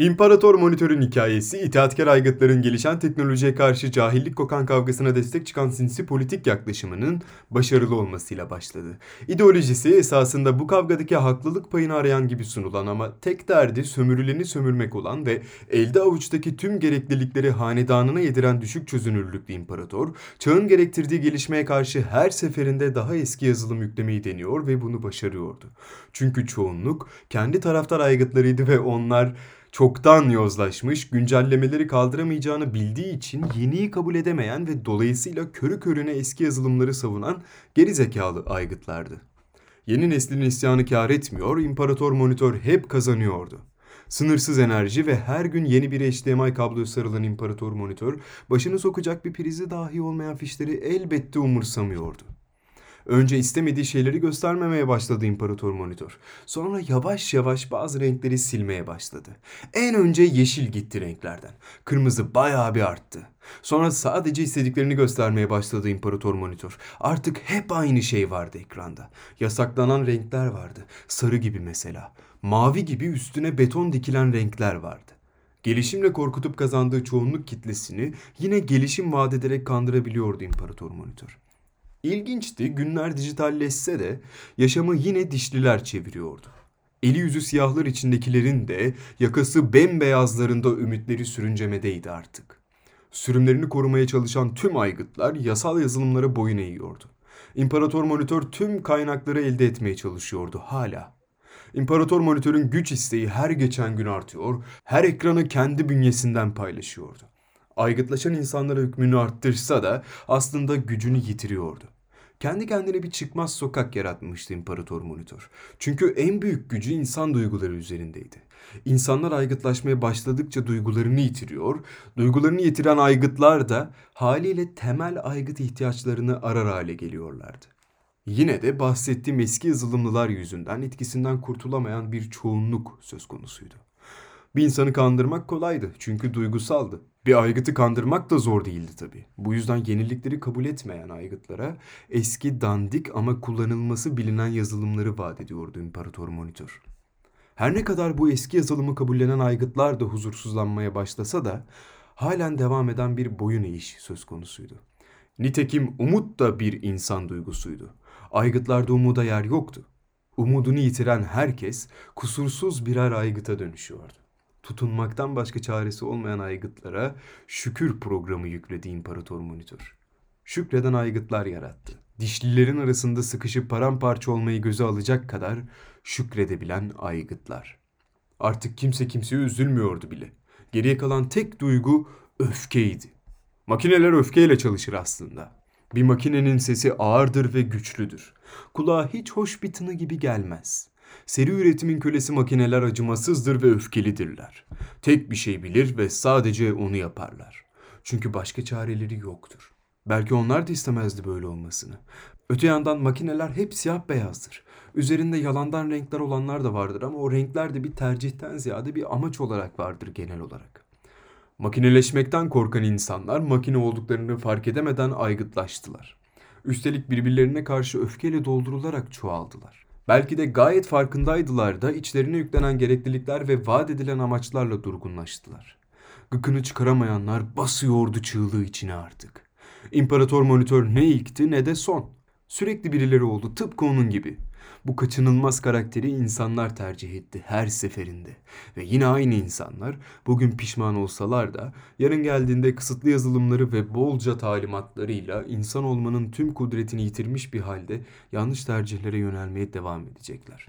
İmparator Monitör'ün hikayesi, itaatkar aygıtların gelişen teknolojiye karşı cahillik kokan kavgasına destek çıkan sinsi politik yaklaşımının başarılı olmasıyla başladı. İdeolojisi esasında bu kavgadaki haklılık payını arayan gibi sunulan ama tek derdi sömürüleni sömürmek olan ve elde avuçtaki tüm gereklilikleri hanedanına yediren düşük çözünürlüklü imparator, çağın gerektirdiği gelişmeye karşı her seferinde daha eski yazılım yüklemeyi deniyor ve bunu başarıyordu. Çünkü çoğunluk kendi taraftar aygıtlarıydı ve onlar çoktan yozlaşmış, güncellemeleri kaldıramayacağını bildiği için yeniyi kabul edemeyen ve dolayısıyla körü körüne eski yazılımları savunan gerizekalı aygıtlardı. Yeni neslin isyanı kâr etmiyor, İmparator Monitör hep kazanıyordu. Sınırsız enerji ve her gün yeni bir HDMI kabloya sarılan İmparator Monitör, başını sokacak bir prizi dahi olmayan fişleri elbette umursamıyordu. Önce istemediği şeyleri göstermemeye başladı İmparator Monitör. Sonra yavaş yavaş bazı renkleri silmeye başladı. En önce yeşil gitti renklerden. Kırmızı bayağı bir arttı. Sonra sadece istediklerini göstermeye başladı İmparator Monitör. Artık hep aynı şey vardı ekranda. Yasaklanan renkler vardı. Sarı gibi mesela. Mavi gibi üstüne beton dikilen renkler vardı. Gelişimle korkutup kazandığı çoğunluk kitlesini yine gelişim vaat ederek kandırabiliyordu İmparator Monitör. İlginçti, günler dijitalleşse de yaşamı yine dişliler çeviriyordu. Eli yüzü siyahlar içindekilerin de yakası bembeyazlarında ümitleri sürüncemedeydi artık. Sürümlerini korumaya çalışan tüm aygıtlar yasal yazılımlara boyun eğiyordu. İmparator Monitör tüm kaynakları elde etmeye çalışıyordu hala. İmparator Monitör'ün güç isteği her geçen gün artıyor, her ekranı kendi bünyesinden paylaşıyordu. Aygıtlaşan insanlara hükmünü arttırsa da aslında gücünü yitiriyordu. Kendi kendine bir çıkmaz sokak yaratmıştı İmparator Monitör. Çünkü en büyük gücü insan duyguları üzerindeydi. İnsanlar aygıtlaşmaya başladıkça duygularını yitiriyor, duygularını yitiren aygıtlar da haliyle temel aygıt ihtiyaçlarını arar hale geliyorlardı. Yine de bahsettiğim eski yazılımlılar yüzünden etkisinden kurtulamayan bir çoğunluk söz konusuydu. Bir insanı kandırmak kolaydı çünkü duygusaldı. Bir aygıtı kandırmak da zor değildi tabii. Bu yüzden yenilikleri kabul etmeyen aygıtlara eski dandik ama kullanılması bilinen yazılımları vaat ediyordu İmparator Monitör. Her ne kadar bu eski yazılımı kabullenen aygıtlar da huzursuzlanmaya başlasa da halen devam eden bir boyun eğiş söz konusuydu. Nitekim umut da bir insan duygusuydu. Aygıtlarda umuda yer yoktu. Umudunu yitiren herkes kusursuz birer aygıta dönüşüyordu. Tutunmaktan başka çaresi olmayan aygıtlara şükür programı yükledi İmparator Monitör. Şükreden aygıtlar yarattı. Dişlilerin arasında sıkışıp paramparça olmayı göze alacak kadar şükredebilen aygıtlar. Artık kimse kimseye üzülmüyordu bile. Geriye kalan tek duygu öfkeydi. Makineler öfkeyle çalışır aslında. Bir makinenin sesi ağırdır ve güçlüdür. Kulağa hiç hoş bir tını gibi gelmez. Seri üretimin kölesi makineler acımasızdır ve öfkelidirler. Tek bir şey bilir ve sadece onu yaparlar. Çünkü başka çareleri yoktur. Belki onlar da istemezdi böyle olmasını. Öte yandan makineler hep siyah beyazdır. Üzerinde yalandan renkler olanlar da vardır ama o renkler de bir tercihten ziyade bir amaç olarak vardır genel olarak. Makineleşmekten korkan insanlar makine olduklarını fark edemeden aygıtlaştılar. Üstelik birbirlerine karşı öfkeyle doldurularak çoğaldılar. Belki de gayet farkındaydılar da içlerine yüklenen gereklilikler ve vaat edilen amaçlarla durgunlaştılar. Gıkını çıkaramayanlar basıyordu çığlığı içine artık. İmparator Monitör ne ilkti ne de son. Sürekli birileri oldu tıpkı onun gibi. Bu kaçınılmaz karakteri insanlar tercih etti her seferinde. Ve yine aynı insanlar bugün pişman olsalar da yarın geldiğinde kısıtlı yazılımları ve bolca talimatlarıyla insan olmanın tüm kudretini yitirmiş bir halde yanlış tercihlere yönelmeye devam edecekler.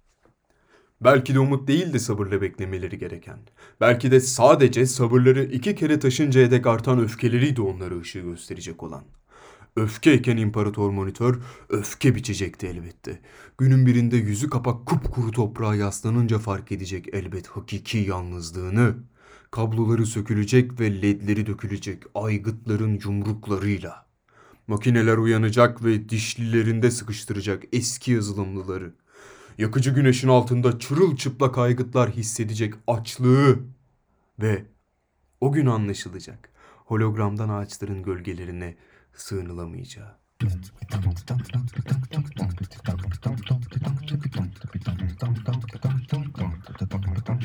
Belki de umut değil de sabırla beklemeleri gereken. Belki de sadece sabırları 2 kere taşıncaya dek artan öfkeleriydi onlara ışığı gösterecek olan. Öfkeyken İmparator Monitör öfke biçecekti elbette. Günün birinde yüzü kapak kupkuru toprağa yaslanınca fark edecek elbet hakiki yalnızlığını. Kabloları sökülecek ve ledleri dökülecek aygıtların yumruklarıyla. Makineler uyanacak ve dişlilerinde sıkıştıracak eski yazılımlıları. Yakıcı güneşin altında çırılçıplak aygıtlar hissedecek açlığı. Ve o gün anlaşılacak hologramdan ağaçların gölgelerine sığınılamayacağı.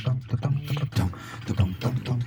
tam tam tam tam tam tam tam tam